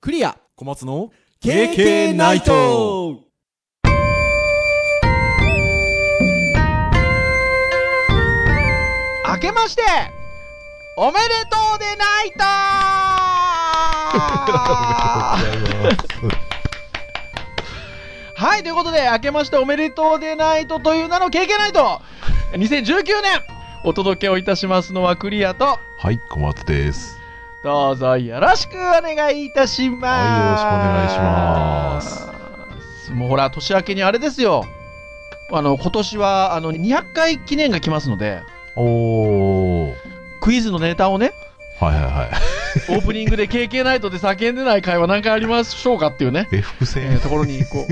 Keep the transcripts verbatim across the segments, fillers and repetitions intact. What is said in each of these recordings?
クリア小松の ケーケー ナイト。 明けましておめでとうでナイトはい、ということで明けましておめでとうでナイトという名の ケーケー ナイトにせんじゅうきゅうねんお届けをいたしますのはクリアと、 はい、小松です。 どうぞよろしくお願いいたします。 はい、よろしくお願いします。 もうほら年明けにあれですよ、あの今年はあのにひゃっかい記念が来ますので、 おー、 クイズのネタをね、 はいはいはいオープニングで ケーケー ナイトで叫んでない会話何回ありましょうかっていうね、 え伏線、 えー、ところにこう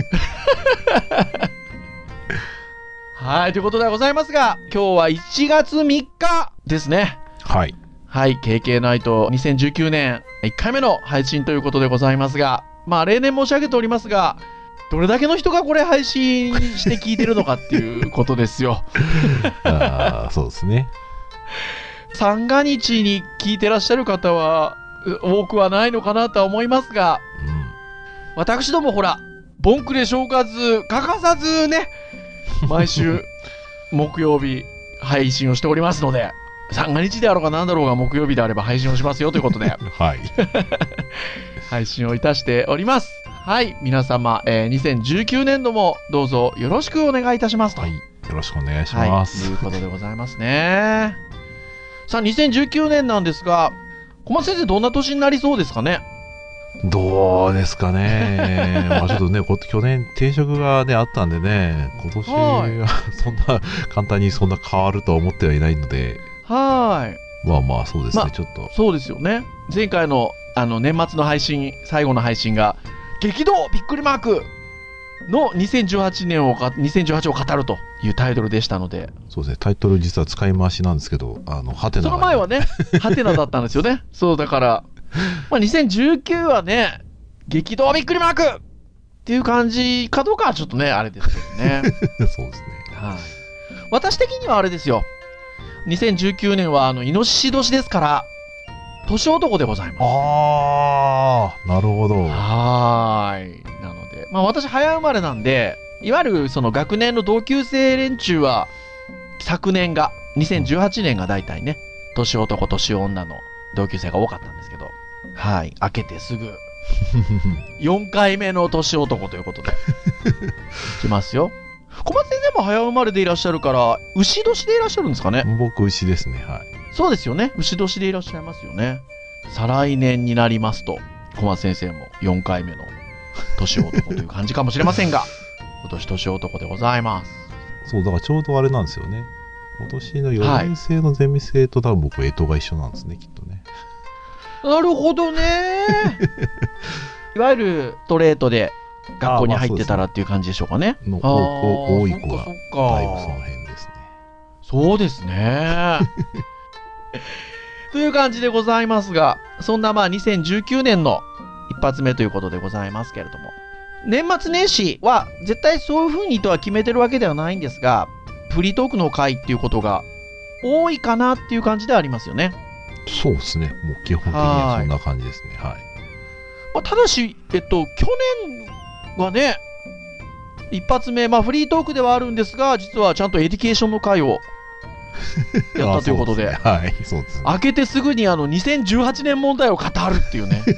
はい、ということでございますが、今日はいちがつみっかですね。 はいはい、ケーケー ナイトにせんじゅうきゅうねんいっかいめの配信ということでございますが、まあ例年申し上げておりますが、どれだけの人がこれ配信して聞いてるのかっていうことですよあそうですね。 三が日に聞いてらっしゃる方は多くはないのかなとは思いますが、うん、私どもほらボンクレ正月欠かさずね毎週木曜日配信をしておりますので、三が日であろうが何だろうが木曜日であれば配信をしますよということで、 はい、 配信をいたしております。はい、皆様、えー、にせんじゅうきゅうねんどもどうぞよろしくお願いいたしますと、 はい、よろしくお願いします、 はい、ということでございますね。さあにせんじゅうきゅうねんなんですが、小松先生どんな年になりそうですかね。 どうですかねまあちょっとね去年定食がねあったんでね、今年はそんな簡単にそんな変わるとは思ってはいないので、 はい、 まあまあそうですね、 まあ、 ちょっとそうですよね。前回のあの年末の配信、最後の配信が激動びっくりマークのにせんじゅうはちねんをかにせんじゅうはちを語るというタイトルでしたので、 そうですね、タイトル実は使い回しなんですけど、あのハテナ、 その前はねハテナだったんですよねそうだから、まあ、にせんじゅうきゅうはね激動びっくりマークっていう感じかどうかはちょっとねあれですけどねそうですね、 はい、私的にはあれですよ、にせんじゅうきゅうねんはあのイノシシ年ですから年男でございます。 ああ、なるほど。 はーい。なので、まあ私早生まれなんで、いわゆるその学年の同級生連中は、昨年が、にせんじゅうはちねんが大体ね、年男、年女の同級生が多かったんですけど、はい。明けてすぐ、よんかいめの年男ということで、いきますよ。小松先生も早生まれでいらっしゃるから、牛年でいらっしゃるんですかね。 僕、牛ですね、はい。 そうですよね。牛年でいらっしゃいますよね。再来年になりますと、小松先生もよんかいめの年男という感じかもしれませんが、今年年男でございます。 そう、だからちょうどあれなんですよね。今年のよねん生のゼミ生と多分僕、干支が一緒なんですね、きっとね。 なるほどねいわゆるストレートで学校に入ってたらっていう感じでしょうかね。 の多い子がだいぶその辺ですね。 そうですねという感じでございますが、そんなまあにせんじゅうきゅうねんの一発目ということでございますけれども、年末年始は絶対そういう風にとは決めてるわけではないんですが、フリートークの回っていうことが多いかなっていう感じではありますよね。 そうですね、もう基本的にはそんな感じですね。はい、 まあ、ただし、えっと、去年はね一発目、まあフリートークではあるんですが、実はちゃんとエデュケーションの回をやったということで、 そうですね、はい、そうですね、 開けてすぐにあのにせんじゅうはちねん問題を語るっていうね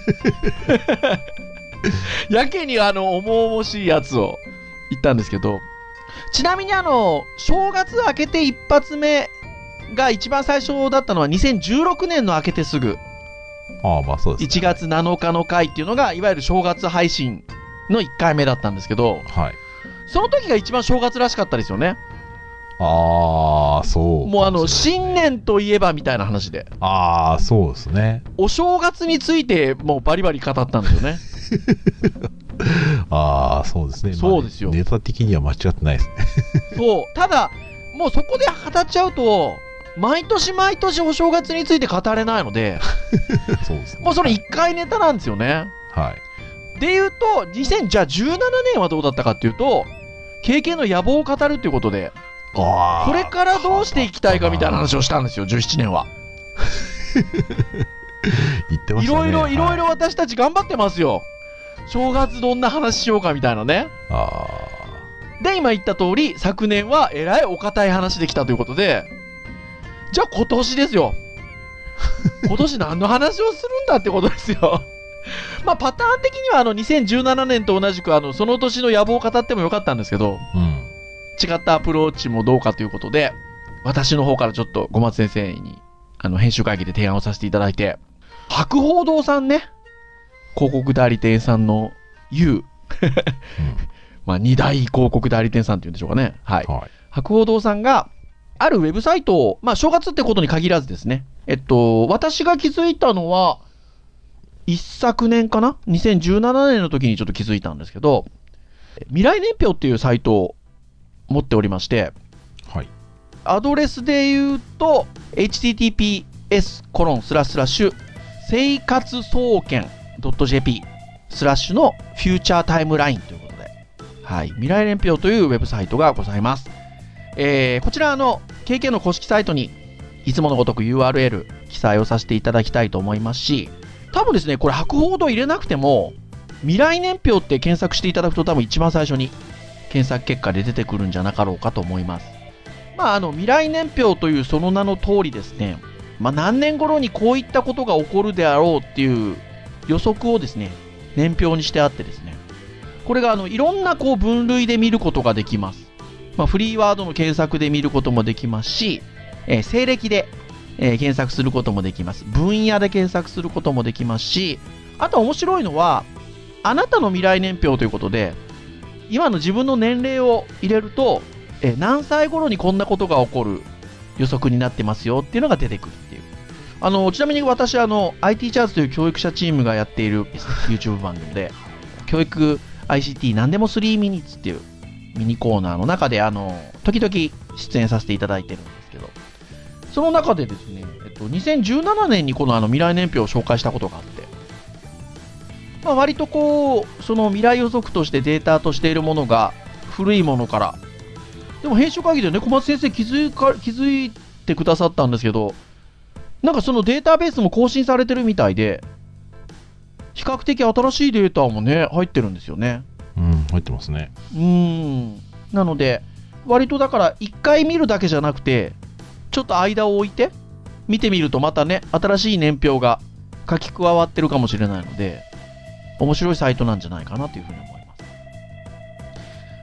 やけにあの重々しいやつを言ったんですけど、ちなみにあの正月明けて一発目が一番最初だったのはにせんじゅうろくねんの明けてすぐ、 ああ、まあそうですね、 いちがつなのかの回っていうのがいわゆる正月配信のいっかいめだったんですけど、 はい、 その時が一番正月らしかったですよね。 ああ、そう。 もうあの新年といえばみたいな話で、 ああ、そうですね。 お正月についてもうバリバリ語ったんですよねああ、そうですね。 そうですよ。 まあ、ネタ的には間違ってないですねそう。ただもうそこで語っちゃうと毎年毎年お正月について語れないのでそうですね。 もうそれいっかいネタなんですよね。 はい。 でいうとにせんじゅうななねんはどうだったかっていうと、経験の野望を語るっていうことで、 あこれからどうしていきたいかみたいな話をしたんですよ、じゅうななねんは言ってましたね。 いろいろいろいろはい私たち頑張ってますよ。正月どんな話しようかみたいなね。 あで、今言った通り、昨年はえらいお堅い話できたということで、じゃあ今年ですよ。今年何の話をするんだってことですよ。まあパターン的にはあのにせんじゅうななねんと同じくあのその年の野望を語ってもよかったんですけど、 ーうん違ったアプローチもどうかということで、私の方からちょっと小松先生にあの編集会議で提案をさせていただいて、博報堂さんね、広告代理店さんの U、 うんまあ二大広告代理店さんっていうんでしょうかね。はい。 はい博報堂さんがあるウェブサイトを、まあ正月ってことに限らずですね、えっと、私が気づいたのは、一昨年かな ?にせんじゅうななねんの時にちょっと気づいたんですけど、未来年表っていうサイトを持っておりまして、 はいアドレスで言うと、エイチティーティーピーエスコロンスラッシュスラッシュ生活総研 .jp スラッシュのフューチャータイムラインということで、はい、未来年表というウェブサイトがございます。えー、こちらの ケーケー の公式サイトにいつものごとく ユーアールエル 記載をさせていただきたいと思いますし、多分ですね、これ博報堂入れなくても未来年表って検索していただくと多分一番最初に検索結果で出てくるんじゃなかろうかと思います。まあ、あの未来年表というその名の通りですね、まあ、何年頃にこういったことが起こるであろうっていう予測をですね、年表にしてあってですね、これがあのいろんなこう分類で見ることができます。まあ、フリーワードの検索で見ることもできますし、えー、西暦で、えー、検索することもできます。分野で検索することもできますし、あと面白いのは、あなたの未来年表ということで、今の自分の年齢を入れると、え何歳頃にこんなことが起こる予測になってますよっていうのが出てくるっていう。あのちなみに私あの アイティー チャーツという教育者チームがやっている YouTube 番組で、教育 アイシーティー 何でもスリーミニッツっていうミニコーナーの中であの時々出演させていただいてるんですけど、その中でですね、えっと、にせんじゅうななねんにこのあの未来年表を紹介したことがあって、まあ、割とこうその未来予測としてデータとしているものが古いものから、でも編集会議でね、小松先生気づか気づいてくださったんですけど、なんかそのデータベースも更新されてるみたいで、比較的新しいデータもね入ってるんですよね。 うん入ってますね。 うーんなので割とだからいっかい見るだけじゃなくて、ちょっと間を置いて見てみるとまたね新しい年表が書き加わってるかもしれないので、面白いサイトなんじゃないかなというふうに思います。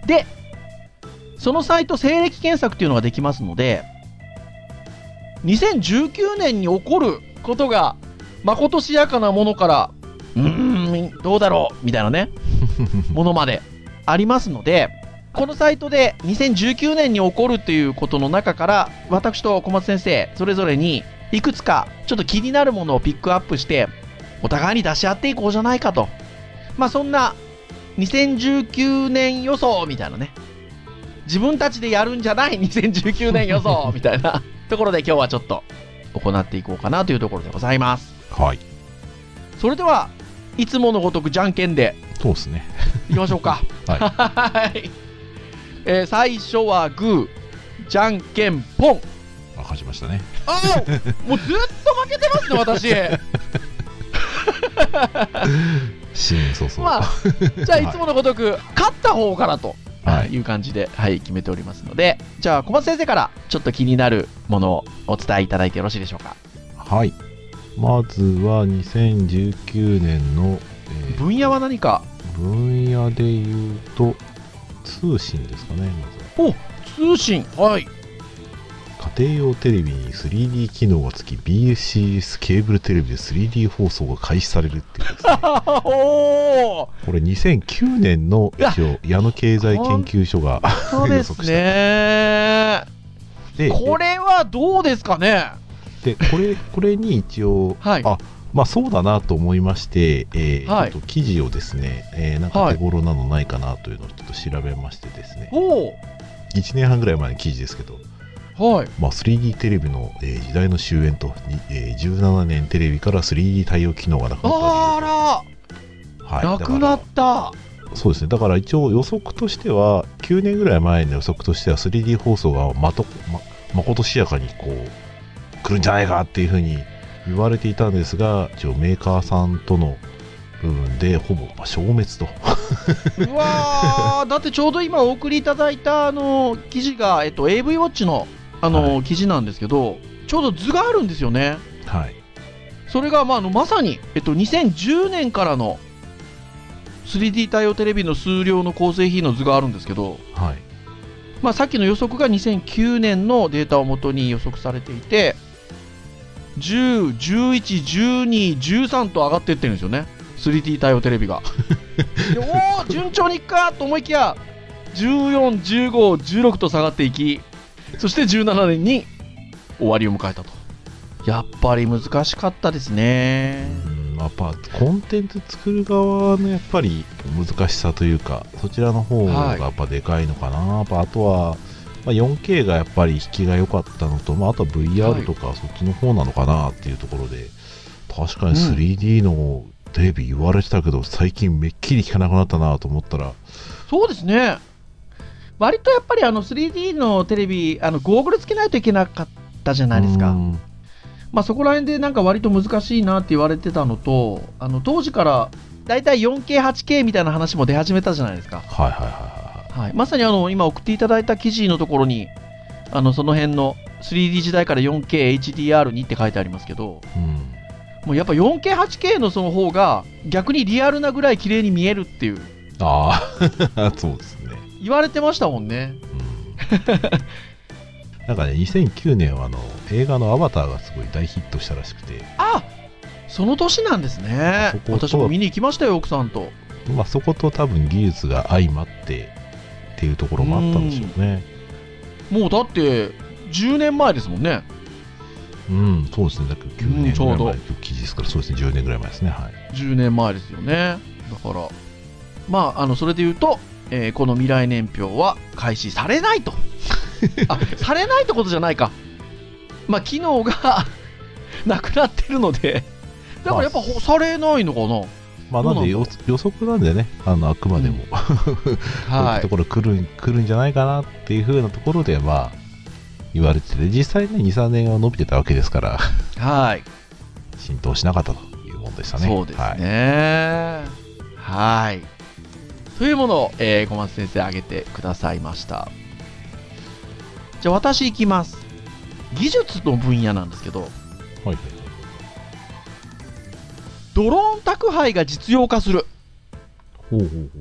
でそのサイト西暦検索っていうのができますので、にせんじゅうきゅうねんに起こることがまことしやかなものから、うーんどうだろうみたいなねものまでありますので、このサイトでにせんじゅうきゅうねんに起こるということの中から、私と小松先生それぞれにいくつかちょっと気になるものをピックアップしてお互いに出し合っていこうじゃないかと、まあそんなにせんじゅうきゅうねん予想みたいなね、自分たちでやるんじゃないにせんじゅうきゅうねん予想みたいなところで今日はちょっと行っていこうかなというところでございます。 はい。 それではいつものごとくじゃんけんでそうですね。 いきましょうか。 はいはい、えー、最初はグー、じゃんけんポン。 あ勝ちましたね。 ああもうずっと負けてますね私。 新年早々。 まあじゃあいつものごとく勝った方からと。 はい、 いう感じで、はい、決めておりますので、じゃあ小松先生からちょっと気になるものをお伝えいただいてよろしいでしょうか。 はい。まずはにせんじゅうきゅうねんの、 えー、分野は何か。 分野で言うと通信ですかね。 まずはお通信、はい。 家庭用テレビに スリーディー 機能がつき ビーエシーエス ケーブルテレビで スリーディー 放送が開始されるっていうですねおこれにせんきゅうねんの一応矢野経済研究所がそうですねでこれはどうですかね。 でこれこれに一応、はい、あまあそうだなと思いまして、えーはい、ちょっと記事をですね、えー、なんか手頃なのないかなというのをちょっと調べましてですね、 はい、 いちねんはんぐらい前の記事ですけど、 はいまあ、スリーディー テレビの、えー、時代の終焉と、えー、じゅうななねんテレビから スリーディー 対応機能がなくなった。 あら、はい、なくなった。 そうですね。だから一応予測としてはきゅうねんぐらい前の予測としては スリーディー 放送がまと、ま、まことしやかにこう来るんじゃないかっていうふうに言われていたんですが、一応メーカーさんとの部分でほぼまあ消滅と。 うわー、だってちょうど今お送りいただいたあの記事が、えっと、エーブイ ウォッチの、あの、はい、記事なんですけど、ちょうど図があるんですよね。 はい。 それが、まあ、あのまさに、えっと、にせんじゅうねんからの スリーディー 対応テレビの数量の構成比の図があるんですけど、 はい。 まあ、さっきの予測がにせんきゅうねんのデータをもとに予測されていて、じゅう、じゅういち、じゅうに、じゅうさんと上がっていってるんですよね。スリーディー 対応テレビが。でおー、順調にいくかと思いきや、じゅうよん、じゅうご、じゅうろくと下がっていき、そしてじゅうななねんに終わりを迎えたと。やっぱり難しかったですね。 うん、やっぱコンテンツ作る側のやっぱり難しさというか、そちらの方がやっぱでかいのかな。はい、やっぱあとは、まあ、よんケー がやっぱり引きが良かったのと、まあ、あとは ブイアール とかそっちの方なのかなっていうところで、はい、確かに スリーディー のテレビ言われてたけど、うん、最近めっきり聞かなくなったなと思ったら、 そうですね。割とやっぱりあの スリーディー のテレビ、あのゴーグルつけないといけなかったじゃないですか。まあ、そこら辺でなんか割と難しいなって言われてたのと、あの当時からだいたい よんケー、はちケー みたいな話も出始めたじゃないですか。 はいはいはいはい、 はい、まさにあの今送っていただいた記事のところに、あのその辺の スリーディー 時代から よんケーエイチディーアール にって書いてありますけど、うん、もうやっぱ よんケー、はちケー のその方が逆にリアルなぐらい綺麗に見えるっていう。 ああそうですね、 言われてましたもんね。うんなんかね、にせんきゅうねんはあの映画のアバターがすごい大ヒットしたらしくて。 あ、その年なんですね。私も見に行きましたよ、奥さんと。 まあ、そこと多分技術が相まってっていうところもあったんでしょうね。 うもうだってじゅうねんまえですもんね。 うん、そうですね。だからきゅうねんぐらい前の記事ですから、そうですね、じゅうねんぐらい前ですね。はい、 じゅうねんまえですよね。だからまあ、あのそれで言うと、えー、この未来年表は開始されないとあ、されないってことじゃないか。まあ、機能がなくなってるので、だからやっぱ、まあ、されないのかな。 まあ、なんで予測なんでね、あのあくまでも、うん、こういうところ来る、来るんじゃないかなっていう風なところで、まあ、言われてて、実際ね、に、さんねんは伸びてたわけですから、 はい、 浸透しなかったというもんでしたね。 そうですね。はい。はいというものを、えー、小松先生挙げてくださいました。じゃあ私いきます。技術の分野なんですけど、はい、ドローン宅配が実用化するほうほうほう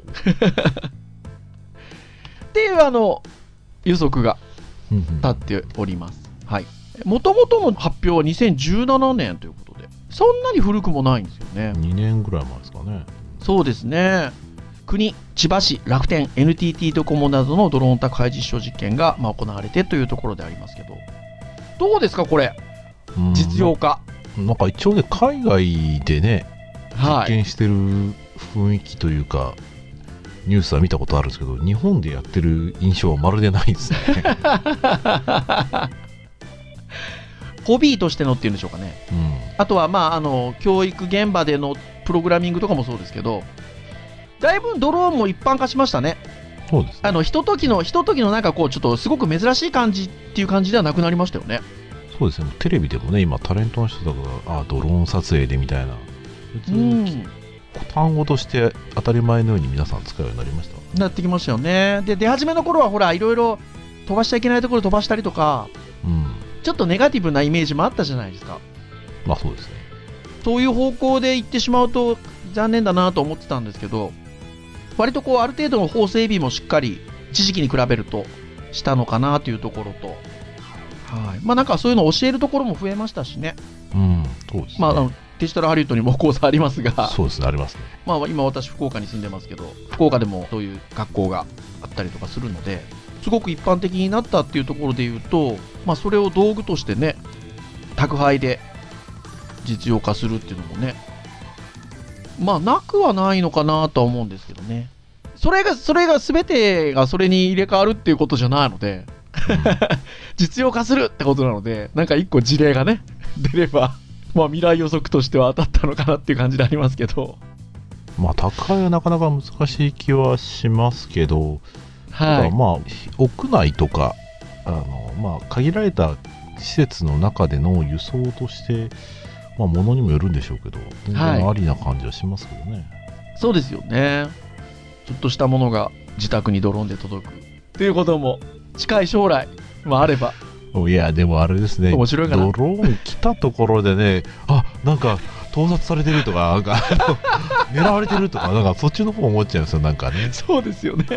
っていうあの予測が立っております。はい。もともとの発表はにせんじゅうななねんということで、そんなに古くもないんですよね。 にねんぐらい前ですかね。 そうですね。国、千葉市、楽天、エヌティーティー ドコモなどのドローン宅配実証実験が、まあ、行われてというところでありますけど、どうですかこれ、実用化。 なんか一応ね、海外でね、実験してる雰囲気というか、はい、ニュースは見たことあるんですけど、日本でやってる印象はまるでないですね。 ホビーとしてのっていうんでしょうかね。うん、あとは、まあ、あの教育現場でのプログラミングとかもそうですけど、だいぶドローンも一般化しましたね。 そうですね。 あのひとときのひとときのなんかこうちょっとすごく珍しい感じっていう感じではなくなりましたよね。 そうですね。テレビでもね、今タレントの人とかがあドローン撮影でみたいな、別に単語として当たり前のように皆さん使うようになりました。 なってきましたよね。で出始めの頃はほらいろいろ飛ばしちゃいけないところ飛ばしたりとか、うん、ちょっとネガティブなイメージもあったじゃないですか。 まあそうですね。 そういう方向で行ってしまうと残念だなと思ってたんですけど、割とこうある程度の法整備もしっかり一時期に比べるとしたのかなというところと、はい、まあなんかそういうのを教えるところも増えましたしね。 うん、そうですね。 まああのデジタルハリウッドにも講座ありますが、 そうですね、ありますね。 まあ今私福岡に住んでますけど、福岡でもそういう学校があったりとかするので、すごく一般的になったっていうところで言うと、まあそれを道具としてね、宅配で実用化するっていうのもね、まあなくはないのかなとは思うんですけどね。それがそれが全てがそれに入れ替わるっていうことじゃないので、うん、実用化するってことなので、なんか一個事例がね出れば、まあ未来予測としては当たったのかなっていう感じでありますけど、 まあ宅配はなかなか難しい気はしますけど、はい、まあ屋内とかあのまあ限られた施設の中での輸送として、まあ、ものにもよるんでしょうけど、全然ありな感じはしますけどね。 そうですよね。ちょっとしたものが自宅にドローンで届くっていうことも近い将来もあれば。 いや、でもあれですね、 面白いかな。 ドローン来たところでね、あ、なんか盗撮されてるとか、なんか狙われてるとか、なんかそっちの方思っちゃうんですよ、なんかね。 そうですよね。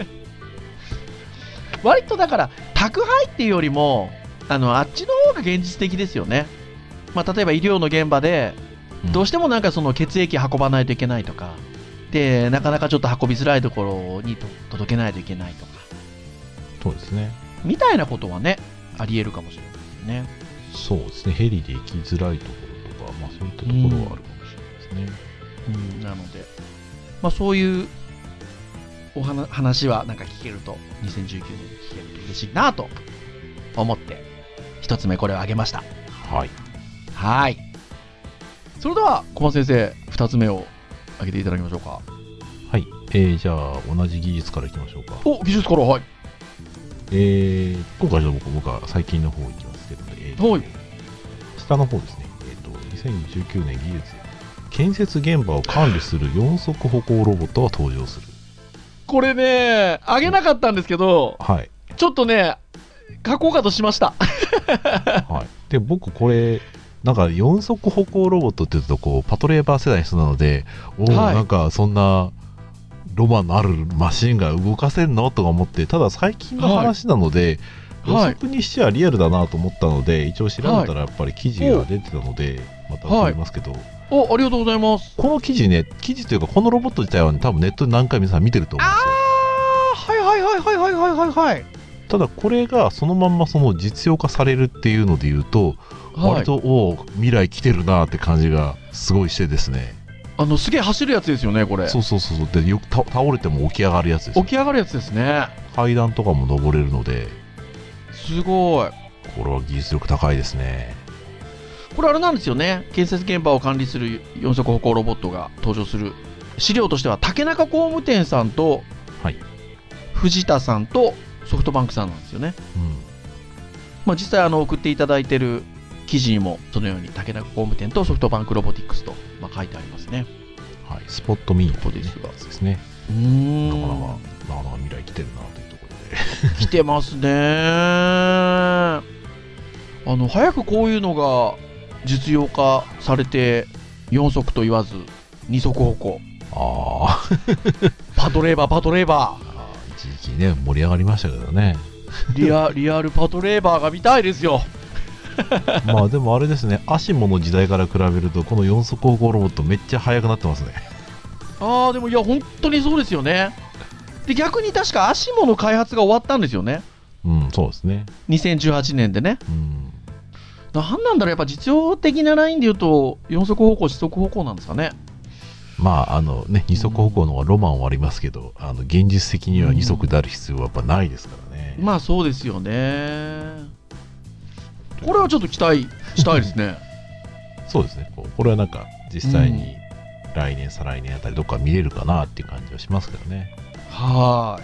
割とだから宅配っていうよりも、あのあっちの方が現実的ですよね。まあ、例えば医療の現場でどうしてもなんかその血液運ばないといけないとかで、なかなかちょっと運びづらいところにと届けないといけないとか、 そうですね、 みたいなことはね、ありえるかもしれないですね。 そうですね、ヘリで行きづらいところとか、まあ、そういったところはあるかもしれないですね。 うん、なので、まあ、そういうお話話はなんか聞けると、にせんじゅうきゅうねんに聞けると嬉しいなと思って一つ目これをあげました。 はい。 はい。それでは小松先生、二つ目をあげていただきましょうか。 はい、えー、じゃあ同じ技術からいきましょうか。 お、技術から、はい。 えー、今回は僕僕は最近の方いきますけど、えー、 はい。 下の方ですね、えーと、にせんじゅうきゅうねん技術、建設現場を管理するよん足歩行ロボットが登場する。 これね、あげなかったんですけど、 はい。 ちょっとね、書こうかとしました。 はい。で、僕これ、なんかよん足歩行ロボットって言うとこうパトレーバー世代の人なので、おー、 はい、 なんかそんなロマンのあるマシンが動かせるのとか思って、ただ最近の話なので、はい、予測にしてはリアルだなと思ったので、一応調べたらやっぱり記事が出てたので、また送りますけど、はい、 お、ありがとうございます。 この記事ね、記事というかこのロボット自体は、ね、多分ネットで何回皆さん見てると思うんですよ。 あー、はいはいはいはいはいはいはい。 ただこれがそのまんまその実用化されるっていうのでいうと、はい、割とお未来来てるなって感じがすごいしてですね。 あのすげえ走るやつですよね、これ。 そうそうそう。でよく倒れても起き上がるやつです、ね、 起き上がるやつですね。 階段とかも登れるので、 すごい。 これは技術力高いですね。 これあれなんですよね、建設現場を管理するよん足歩行ロボットが登場する資料としては、竹中工務店さんと、はい、藤田さんとソフトバンクさんなんですよね。うん、まあ、実際あの送っていただいている記事にもそのように竹中工務店とソフトバンクロボティックスと、まあ、書いてありますね。 はい、スポットミートですがですね。うーん、なかなかなかなか未来来てるなというところで来てますね。あの早くこういうのが実用化されて、よん足と言わずに足歩行、 あパトレーバーパトレーバー、 あ一時期ね盛り上がりましたけどね。 リア、リアルパトレーバーが見たいですよ。 まあでもあれですね、アシモの時代から比べるとこのよん足歩行ロボットめっちゃ速くなってますね。 ああ、でもいや本当にそうですよね。で逆に確かアシモの開発が終わったんですよね。 うん、そうですね。 にせんじゅうはちねんでね。うん、なんなんだろう、やっぱ実用的なラインでいうとよん足歩行よん足歩行なんですかね。 まああのね、に足歩行の方がロマンはありますけど、うん、あの現実的にはに足である必要はやっぱないですからね。 うん、まあそうですよね。これはちょっと期待したいですね。 そうですね。こうこれはなんか実際に来年、うん、再来年あたりどっか見れるかなっていう感じはしますけどね。 はい。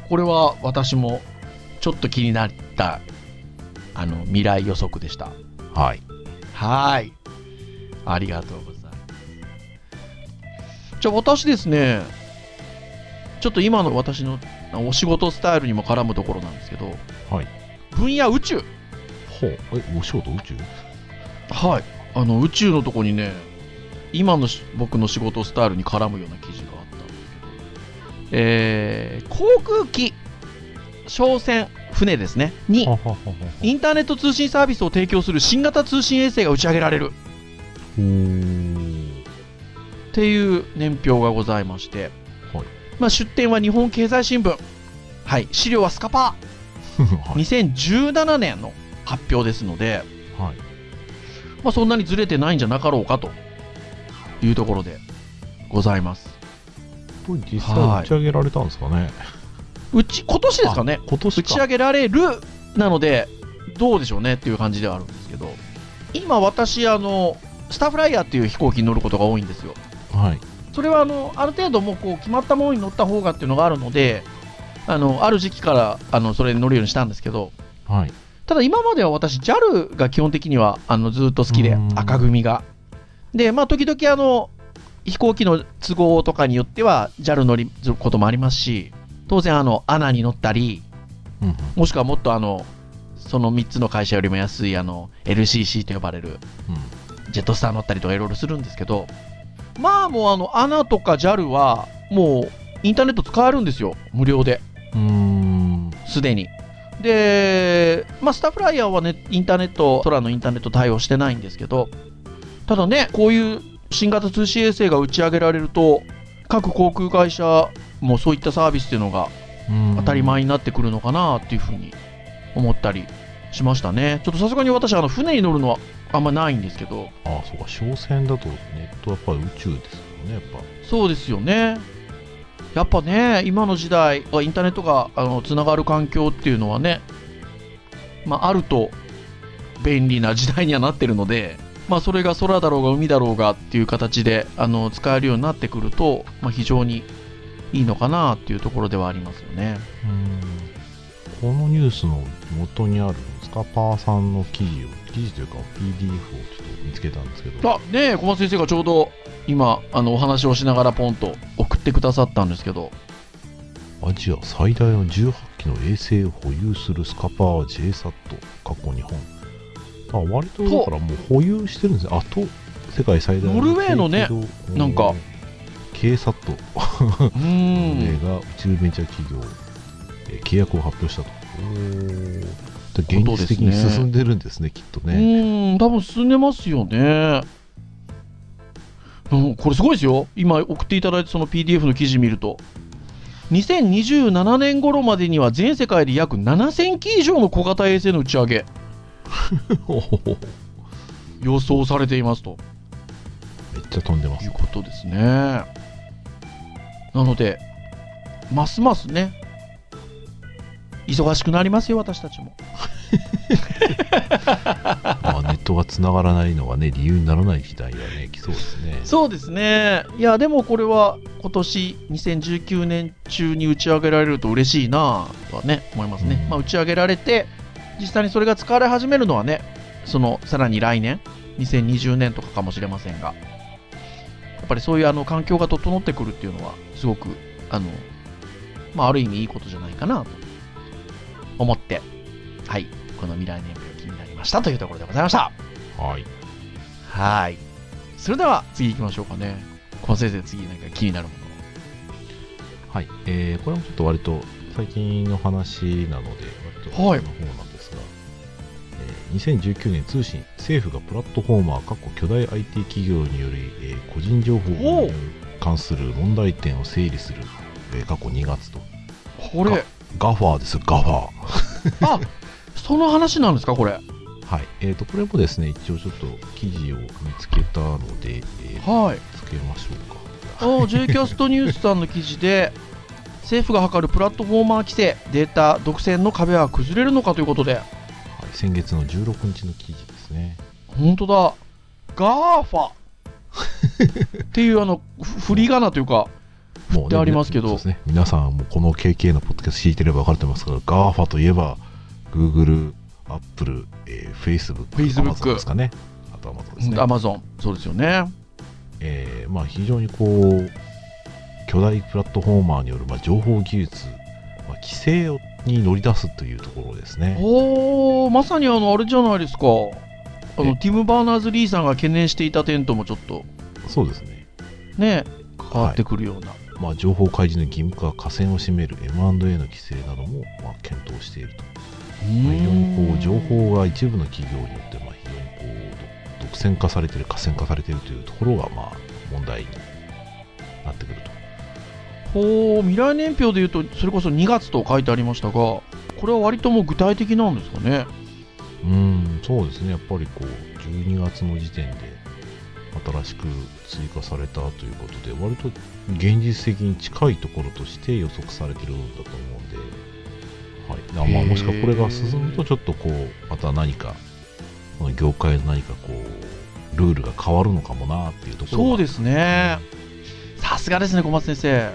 これは私もちょっと気になったあの未来予測でした。 はい。 はい。ありがとうございます。じゃあ私ですね、ちょっと今の私のお仕事スタイルにも絡むところなんですけど、 はい。 分野宇宙。 ほう、え、お仕事宇宙？ はい。あの宇宙のとこにね、今の僕の仕事スタイルに絡むような記事があったんですけど、えー、航空機、商船、船ですねにインターネット通信サービスを提供する新型通信衛星が打ち上げられるっていう年表がございまして、はい、まあ、出展は日本経済新聞、はい、資料はスカパー、はい、にせんじゅうななねんの発表ですので、はい、まあ、そんなにずれてないんじゃなかろうかというところでございます。 これ実際打ち上げられたんですかね。 うち今年ですかね。 今年か。 打ち上げられるなのでどうでしょうねっていう感じではあるんですけど、今私あのスターフライヤーっていう飛行機に乗ることが多いんですよ。はい。それはあのある程度もうこう決まったものに乗った方がっていうのがあるので、あのある時期からあのそれに乗るようにしたんですけど、はい。 ただ今までは私 ジャル が基本的にはあのずっと好きで、赤組がで、まあ時々あの飛行機の都合とかによっては ジャル 乗ることもありますし、当然あの エーエヌエー に乗ったり、 うんうん、 もしくはもっとあのそのみっつの会社よりも安いあの エルシーシー と呼ばれるジェットスター乗ったりとかいろいろするんですけど、まあもうあの エーエヌエー とか ジャル はもうインターネット使えるんですよ、無料で。 うーん、 すでに。で、まあ、スターフライヤーはね、インターネット、空のインターネット対応してないんですけど、ただね、こういう新型通信衛星が打ち上げられると、各航空会社もそういったサービスっていうのが当たり前になってくるのかなっていうふうに思ったりしましたね。ちょっとさすがに私、あの船に乗るのはあんまないんですけど。 ああ、そうか、商船だとネットはやっぱり宇宙ですよね、やっぱ。 そうですよね。やっぱね、今の時代、インターネットがあのつながる環境っていうのはね、まあ、あると便利な時代にはなってるので、まあ、それが空だろうが海だろうがっていう形であの使えるようになってくると、まあ、非常にいいのかなっていうところではありますよね。 うん、このニュースの元にあるスカパーさんの記事を、記事というか ピーディーエフ をちょっと見つけたんですけど、 あ、ねえ、小松先生がちょうど今あのお話をしながらポンと送ってくださったんですけど、 アジア最大のじゅうはっきの衛星を保有するスカパー ジェイサット 過去日本、あ、割とだからもう保有してるんですね。あと世界最大のノルウェーのね、なんかケーサット ノルウェーが宇宙ベンチャー企業、えー、契約を発表したと。お現実的に進んでるんですね、きっとね。 うん、多分進んでますよね。うん、これすごいですよ。今送っていただいたその ピーディーエフ の記事見ると、にせんにじゅうななねん頃までには全世界で約ななせんき以上の小型衛星の打ち上げ予想されていますと。 めっちゃ飛んでます。 いうことですね。なのでますますね忙しくなりますよ、私たちも。 まあネットがつながらないのがね、理由にならない時代はね、来そうですね。 そうですね。いやでもこれは今年にせんじゅうきゅうねん中に打ち上げられると嬉しいなとはね思いますね。うん、まあ、打ち上げられて実際にそれが使われ始めるのはね、そのさらに来年にせんにじゅうねんとかかもしれませんが、やっぱりそういうあの環境が整ってくるっていうのはすごくあの、まあ、ある意味いいことじゃないかなと思って、はい、この未来年表気になりましたというところでございました。 はい。 はい。それでは次行きましょうかね。小松先生、次何か気になるもの。 はい。えー、これもちょっと割と最近の話なので、割とこの方なんですが、はい、えー、にせんじゅうきゅうねん通信、政府がプラットフォーマー、過去巨大 アイティー 企業により、えー、個人情報に関する問題点を整理する、えー、過去にがつと。 これガファーです、ガファー。 あ、その話なんですか、これ。 はい。えーと、これもですね、一応ちょっと記事を見つけたので、えー、 はい。 つけましょうか。 あ、ジェイキャスト ニュースさんの記事で、政府が図るプラットフォーマー規制、データ独占の壁は崩れるのかということで。はい、 先月のじゅうろくにちの記事ですね。 本当だ。ガーファっていうあの、振り仮名というか、振ってありますけど、 そうですね、皆さんもこの ケーケー のポッドキャスト聞いてれば分かると思いますけど、ガーファといえば Google、Apple、えー、Facebook、Amazon ですかね。あと Amazon ですね。 Amazon、そうですよね。 えー、まあ非常にこう巨大プラットフォーマーによるまあ情報技術、まあ、規制に乗り出すというところですね。 おー、まさにあのあれじゃないですか。あのティム・バーナーズ・リーさんが懸念していた点ともちょっとそうですね。ね、変わってくるような。はい、 まあ、情報開示の義務化、寡占を占める エムアンドエー の規制などもまあ検討していると。まあ、非常にこう情報が一部の企業によってまあ非常にこう独占化されている、寡占化されているというところがまあ問題になってくると。 ほう、未来年表でいうとそれこそにがつと書いてありましたが、これは割ともう具体的なんですかね。 うーん、そうですね。やっぱりこうじゅうにがつの時点で新しく追加されたということで、割と現実的に近いところとして予測されてるんだと思うんで、はい、まあ、もしくはこれが進むとちょっとこうまた何かこの業界の何かこうルールが変わるのかもなっていうところ。 そうですね。さすがですね、小松先生。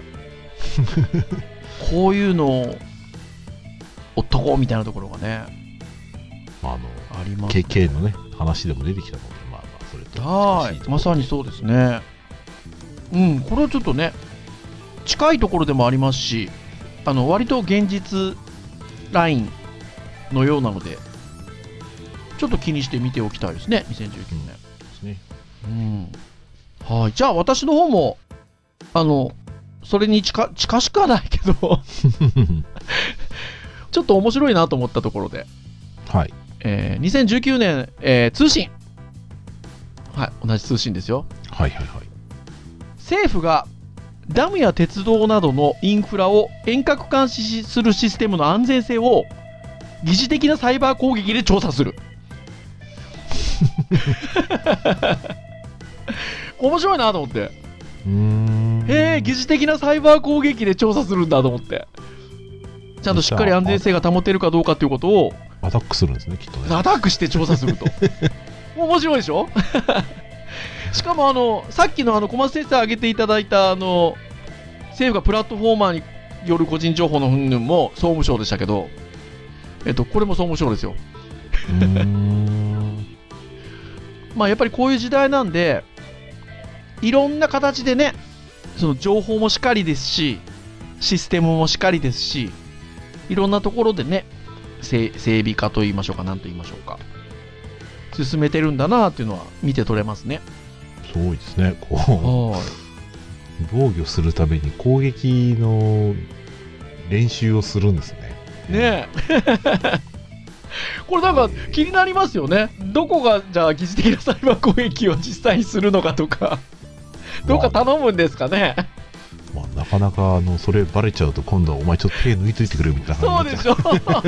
こういうのをおっとこうみたいなところがね。 あのあります、 ね、ケーケー のね話でも出てきたので、まあまあそれと近しいところで、 はいまさにそうですね。うんこれはちょっとね近いところでもありますし、あの割と現実ラインのようなのでちょっと気にして見ておきたいですね。にせんじゅうきゅうねん、うんですね。 うん、はい。じゃあ私の方もあのそれに近近しくはないけどちょっと面白いなと思ったところで、 はいえー、にせんじゅうきゅうねん、えー、通信、はい、同じ通信ですよ。 はいはいはい。 政府がダムや鉄道などのインフラを遠隔監視するシステムの安全性を疑似的なサイバー攻撃で調査する面白いなと思って、 うーんへえ疑似的なサイバー攻撃で調査するんだと思って、ちゃんとしっかり安全性が保てるかどうかということをアタックするんですねきっとね。 アタックして調査すると面白いでしょしかもあのさっきのあの小松先生挙げていただいたあの政府がプラットフォーマーによる個人情報の云々も総務省でしたけど、えっとこれも総務省ですよ。 うーんまあやっぱりこういう時代なんでいろんな形でねその情報もしかりですしシステムもしかりですしいろんなところでね整備化と言いましょうか何と言いましょうか進めてるんだなっていうのは見て取れますね。 すごいですね。こう防御するために攻撃の練習をするんですね。 ねえこれなんか気になりますよね。どこがじゃあ疑似的なサイバー攻撃を実際にするのかとかどっか頼むんですかね。 まあ、なかなかあのそれバレちゃうと今度はお前ちょっと手抜いといてくれみたいなそうでしょ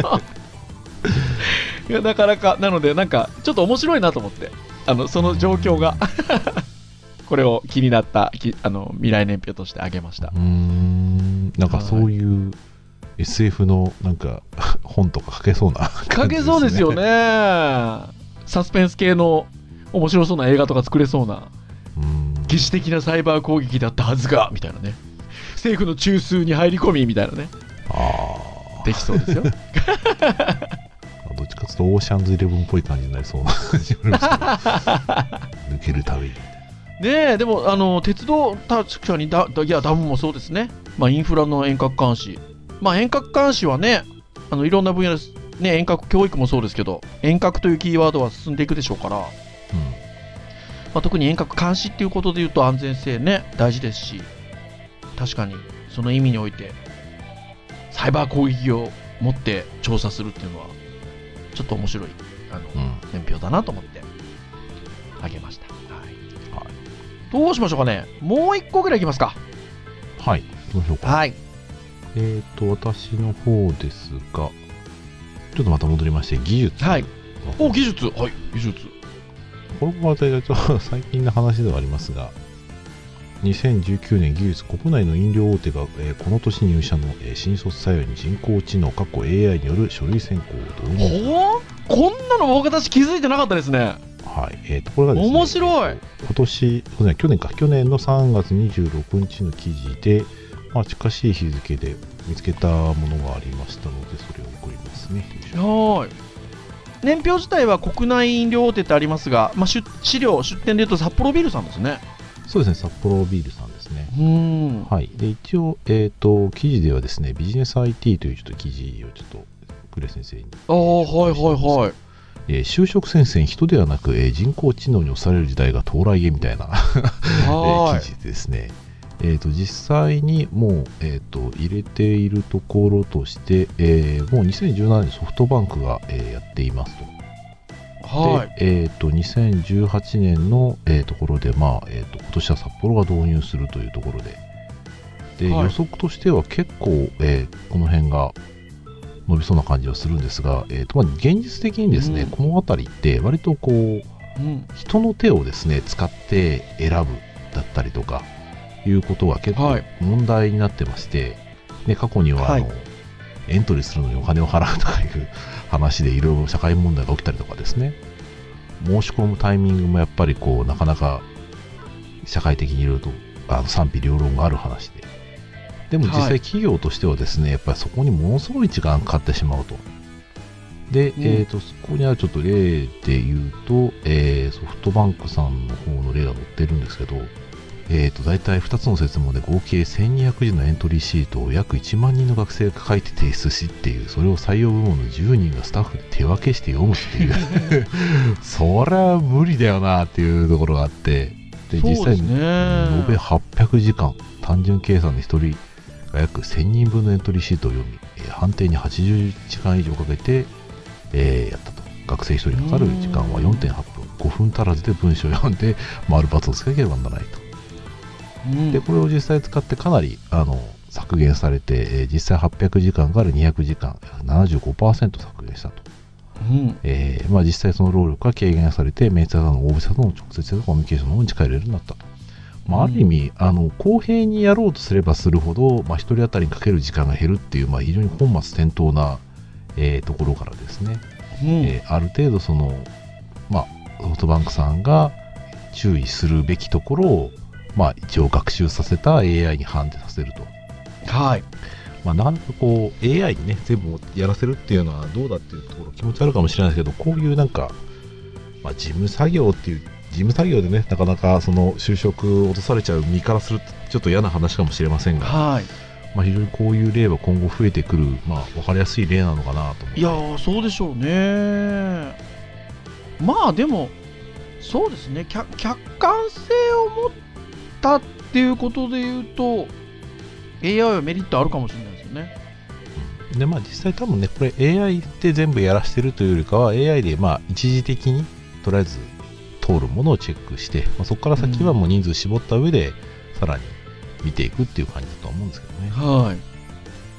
いやなかなかなのでなんかちょっと面白いなと思ってあのその状況がこれを気になったきあの未来年表としてあげました。 うーんなんかそういう エスエフ のなんか本とか書けそうな書けそうですよね。サスペンス系の面白そうな映画とか作れそうな疑似的なサイバー攻撃だったはずがみたいなね政府の中枢に入り込みみたいなねあできそうですよどっちかというとオーシャンズイレブンっぽい感じになりそうな感じがありますけど抜けるためにねえでもあの鉄道確かにだいやダムもそうですね、まあ、インフラの遠隔監視まあ遠隔監視はねあのいろんな分野です、ね、遠隔教育もそうですけど遠隔というキーワードは進んでいくでしょうから、うんまあ、特に遠隔監視っていうことでいうと安全性ね大事ですし確かにその意味においてサイバー攻撃を持って調査するっていうのはちょっと面白いあの、うん、年表だなと思ってあげました、はいはい、どうしましょうかね。もう一個ぐらいいきますか。 はい行きましょうか。はいえっ、ー、と私の方ですがちょっとまた戻りまして技術はいお技術はい技術これもまたちょっと最近の話ではありますがにせんじゅうきゅうねん技術国内の飲料大手が、えー、この年入社の、えー、新卒採用に人工知能過去 エーアイ による書類選考を導入。 ほこんなの僕私気づいてなかったですね。 はい、えー、とこれがですね面白い。 今年去年か去年のさんがつにじゅうろくにちの記事で、まあ、近しい日付で見つけたものがありましたのでそれを送りますね。 はい年表自体は国内飲料大手ってありますが、まあ、資料出店でいうと札幌ビールさんですね。 そうですね札幌ビールさんですね。 うん、 はい、で一応、えー、と記事ではですねビジネス アイティー というちょっと記事をちょっとクレ先生にああはいはいはい、 えー、就職戦線人ではなく、えー、人工知能に押される時代が到来へみたいな、えー、記事ですね。えー、と実際にもう、えー、と入れているところとして、えー、もうにせんじゅうななねんソフトバンクが、えー、やっていますと。 はい、 で、えー、とにせんじゅうはちねんの、えー、ところで、まあえー、と今年は札幌が導入するというところで、で、はい、予測としては結構、えー、この辺が伸びそうな感じはするんですが、えーとまあ、現実的にですね、うん、この辺りって割とこう、うん、人の手をですね使って選ぶだったりとかいうことが結構問題になってまして、はい、で過去にはあの、はい、エントリーするのにお金を払うとかいう話でいろいろ社会問題が起きたりとかですね申し込むタイミングもやっぱりこうなかなか社会的にいろいろとあの賛否両論がある話ででも実際企業としてはですね、はい、やっぱりそこにものすごい時間かかってしまうとで、うん、えーと、そこにあるちょっと例で言うと、えー、ソフトバンクさんの方の例が載ってるんですけど、えーと、大体ふたつの設問で合計せんにひゃくじのエントリーシートを約いちまんにんの学生が書いて提出しっていう、それを採用部門のじゅうにんがスタッフで手分けして読むっていうそりゃ無理だよなっていうところがあって、で実際に延べはっぴゃくじかん、単純計算でひとりが約せんにんぶんのエントリーシートを読み、えー、判定にはちじゅうじかん以上かけて、えー、やったと。学生ひとりにかかる時間は よんてんはっぷん、ごふん足らずで文章を読んで丸×をつけなければならないと。うん、でこれを実際使ってかなりあの削減されて、えー、実際はっぴゃくじかんからにひゃくじかん、ななじゅうごパーセント 削減したと。うんえーまあ、実際その労力が軽減されて、面接の オービー 者との直接的なコミュニケーションの方に力を入れるようになったと。まあ、ある意味、うん、あの公平にやろうとすればするほど、まあ、ひとり当たりにかける時間が減るっていう、まあ、非常に本末転倒な、えー、ところからですね、うんえー、ある程度その、まあ、ソフトバンクさんが注意するべきところを、まあ、一応学習させた エーアイ に判定させると。 はいまあ、なかなかこう エーアイ にね全部やらせるっていうのはどうだっていうところ気持ち悪いかもしれないですけど、こういうなんか、まあ、事務作業っていう事務作業でねなかなかその就職を落とされちゃう身からするとちょっと嫌な話かもしれませんが、 はいまあ、非常にこういう例は今後増えてくる、まあ、分かりやすい例なのかなと思って。 いやーそうでしょうね。まあでもそうですね、客観性を持ったっていうことで言うと エーアイ はメリットあるかもしれないですよね。 でまあ、実際多分ねこれ エーアイ で全部やらせてるというよりかは エーアイ でまあ一時的にとりあえず通るものをチェックして、まあ、そこから先はもう人数絞った上でさらに見ていくっていう感じだと思うんですけどね。 はい。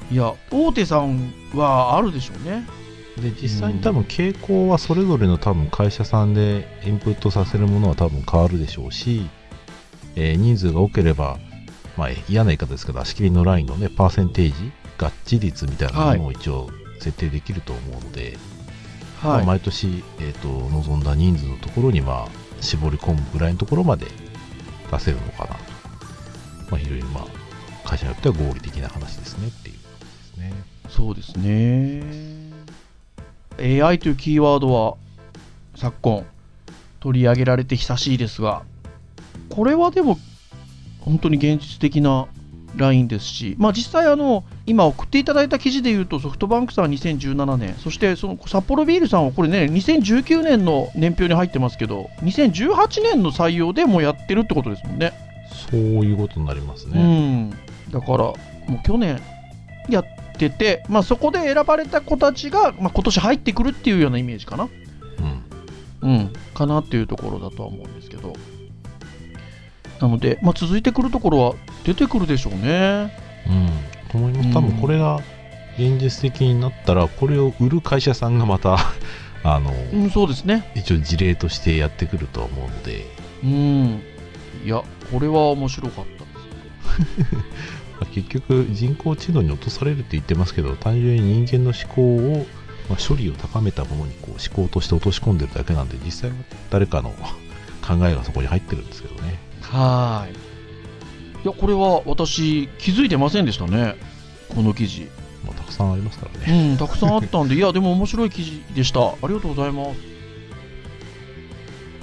いや大手さんはあるでしょうね。 で実際に多分傾向はそれぞれの多分会社さんでインプットさせるものは多分変わるでしょうし、えー、人数が多ければ、まあ、嫌な言い方ですけど足切りのラインのねパーセンテージ合致率みたいなものを一応設定できると思うので、はいまあ、毎年、えーと、望んだ人数のところにまあ絞り込むぐらいのところまで出せるのかなと、まあ、非常にまあ会社によっては合理的な話ですねっていうことですね。 そうですね。エーアイ というキーワードは昨今取り上げられて久しいですが、これはでも本当に現実的なラインですし、まあ、実際あの今送っていただいた記事でいうとソフトバンクさんはにせんじゅうななねん、そしてその札幌ビールさんはこれねにせんじゅうきゅうねんの年表に入ってますけどにせんじゅうはちねんの採用でもうやってるってことですもんね。 そういうことになりますね。 うんだからもう去年やってて、まあ、そこで選ばれた子たちが、まあ、今年入ってくるっていうようなイメージかな、うん、うん、かなっていうところだとは思うんですけど、なので、まあ、続いてくるところは出てくるでしょうね。 うんと思います。多分これが現実的になったらこれを売る会社さんがまたあの、 うん、そうですね、 一応事例としてやってくるとは思うので、 うん、いやこれは面白かったです結局人工知能に落とされるって言ってますけど、単純に人間の思考を、まあ、処理を高めたものにこう思考として落とし込んでるだけなんで、実際は誰かの考えがそこに入ってるんですけどね。 はい。いやこれは私気づいてませんでしたね、この記事。 まあ、たくさんありますからね。 うん、たくさんあったんでいやでも面白い記事でした。ありがとうございます。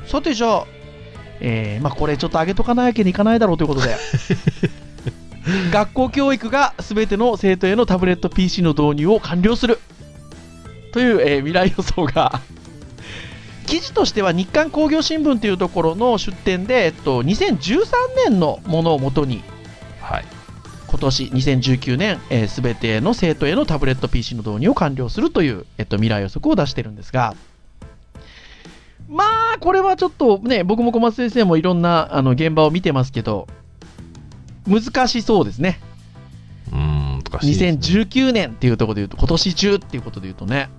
さてじゃあ、えーまあ、これちょっと上げとかないわけにいかないだろうということで学校教育が全ての生徒へのタブレット ピーシー の導入を完了するという、えー、未来予想が記事としては日刊工業新聞というところの出典で、えっと、にせんじゅうさんねんのものをもとに、はい、今年にせんじゅうきゅうねん、えー、全ての生徒へのタブレット ピーシー の導入を完了するという、えっと、未来予測を出してるんですが、まあこれはちょっとね僕も小松先生もいろんなあの現場を見てますけど難しそうですね。 うーん難しいですね。 にせんじゅうきゅうねんっていうところでいうと今年中っていうことでいうとね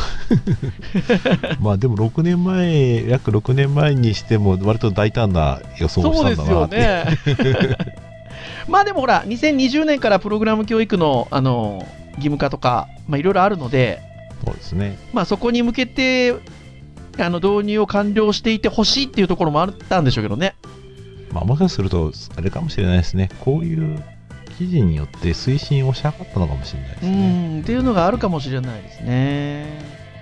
まあでもろくねんまえ約ろくねんまえにしても割と大胆な予想をしたんだなって。 そうですよねまあでもほらにせんにじゅうねんからプログラム教育のあの義務化とかまあいろいろあるので、 そうですね、 まあそこに向けてあの導入を完了していてほしいっていうところもあったんでしょうけどね。 まあ、もしかするとあれかもしれないですね、こういう記事によって推進をしなかったのかもしれないですね。 うんっていうのがあるかもしれないですね。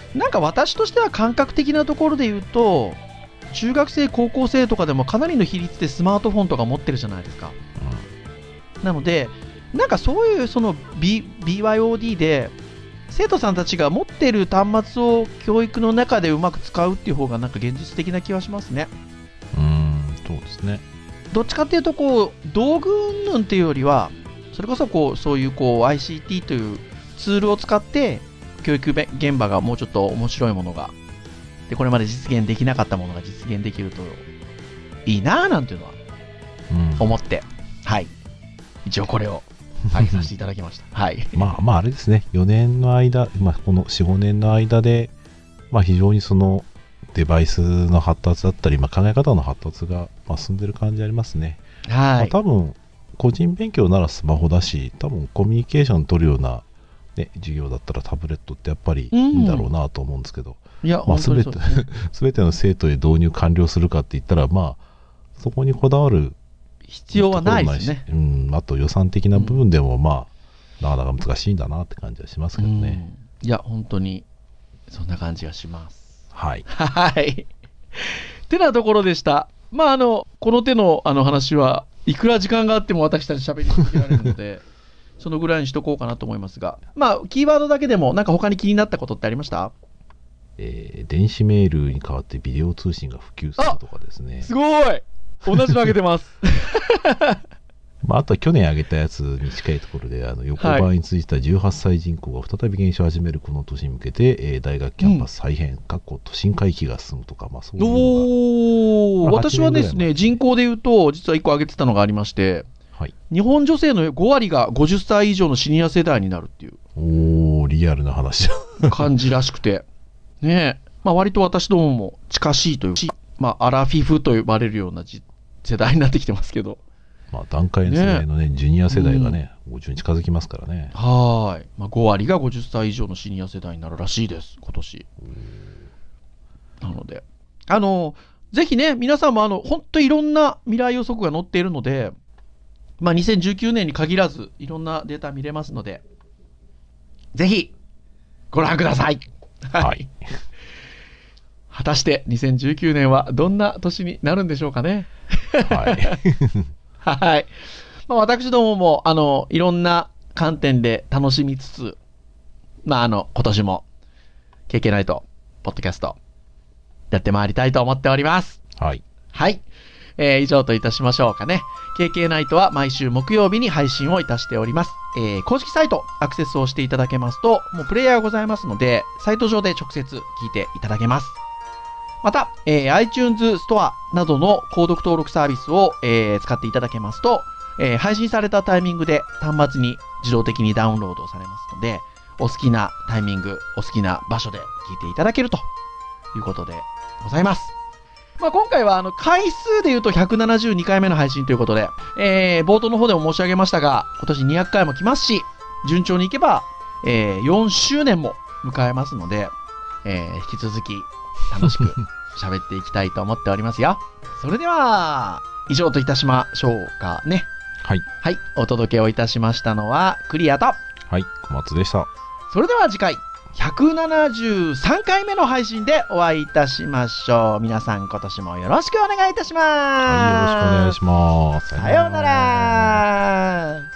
なんか私としては感覚的なところで言うと、中学生高校生とかでもかなりの比率でスマートフォンとか持ってるじゃないですか、うん、なのでなんかそういうその B ビーワイオーディー で生徒さんたちが持ってる端末を教育の中でうまく使うっていう方がなんか現実的な気はしますね。 うーん、そうですね。 どっちかっていうとこう道具云々っていうよりはそれこそこうそういうこう アイシーティー というツールを使って教育現場がもうちょっと面白いものがでこれまで実現できなかったものが実現できるといいなぁなんていうのは思って、うん、はい一応これを挙げさせていただきましたはいまあまああれですね、よねんの間、まあ、この よん、ごねんの間で、まあ、非常にそのデバイスの発達だったり、まあ、考え方の発達が、まあ、進んでる感じありますね。 はい、 まあ、多分個人勉強ならスマホだし、多分コミュニケーション取るような、ね、授業だったらタブレットってやっぱりいいんだろうなと思うんですけど、 うん、いや、 まあ、全て全ての生徒へ導入完了するかって言ったら、まあ、そこにこだわる必要はないですね。 うん、あと予算的な部分でも、まあ、なかなか難しいんだなって感じはしますけどね。 うん、いや、本当にそんな感じがします。 はい。 はい。てなところでした。まあ、あの、この手のあの話はいくら時間があっても私たち喋り続けられるので、そのぐらいにしとこうかなと思いますが、まあ、キーワードだけでも、なんか他に気になったことってありました？ えー、電子メールに代わってビデオ通信が普及するとかですね。 すごい！同じのあげてます。 まあ、あとは去年挙げたやつに近いところで、あの横ばいについたじゅうはっさい人口が再び減少を始めるこの年に向けて、えー、大学キャンパス再編、かっこ都心回帰が進むとか、まあ、そういうのが、 おー、私はですね、人口で言うと、実はいっこ挙げてたのがありまして、はい、日本女性のごわりがごじゅっさい以上のシニア世代になるっていう。 おー、リアルな話だ。 感じらしくて。ねえ、まあ、割と私どもも近しいという、まあ、アラフィフと呼ばれるような世代になってきてますけど。 まあ、段階の世代のね、ねジュニア世代がね、うん、ごじゅうに近づきますからね。 はい、まあ、ごわりがごじゅっさい以上のシニア世代になるらしいです、今年。なので、あの、ぜひね、皆さんもあの、本当にいろんな未来予測が載っているので、まあ、にせんじゅうきゅうねんに限らず、いろんなデータ見れますので、ぜひ、ご覧ください。 はい。 果たして、にせんじゅうきゅうねんはどんな年になるんでしょうかね。 はい。 はい。まあ、私どもも、あの、いろんな観点で楽しみつつ、まあ、あの、今年も、ケーケー ナイト、ポッドキャスト、やってまいりたいと思っております。 はい。 はい。えー、以上といたしましょうかね。ケーケー ナイトは毎週木曜日に配信をいたしております。えー、公式サイト、アクセスをしていただけますと、もうプレイヤーがございますので、サイト上で直接聞いていただけます。また、えー、iTunes ストアなどの購読登録サービスを、えー、使っていただけますと、えー、配信されたタイミングで端末に自動的にダウンロードされますので、お好きなタイミング、お好きな場所で聞いていただけるということでございます。まあ、今回はあの回数で言うとひゃくななじゅうにかいめの配信ということで、えー、冒頭の方でも申し上げましたが、今年にひゃっかいも来ますし、順調にいけば、えー、よんしゅうねんも迎えますので、えー、引き続き楽しく喋っていきたいと思っておりますよ。それでは、以上といたしましょうかね。 はい。 はい。お届けをいたしましたのは、クリアと。 はい。小松でした。 それでは次回、ひゃくななじゅうさんかいめの配信でお会いいたしましょう。皆さん今年もよろしくお願いいたします。 はい。よろしくお願いします。 さようなら。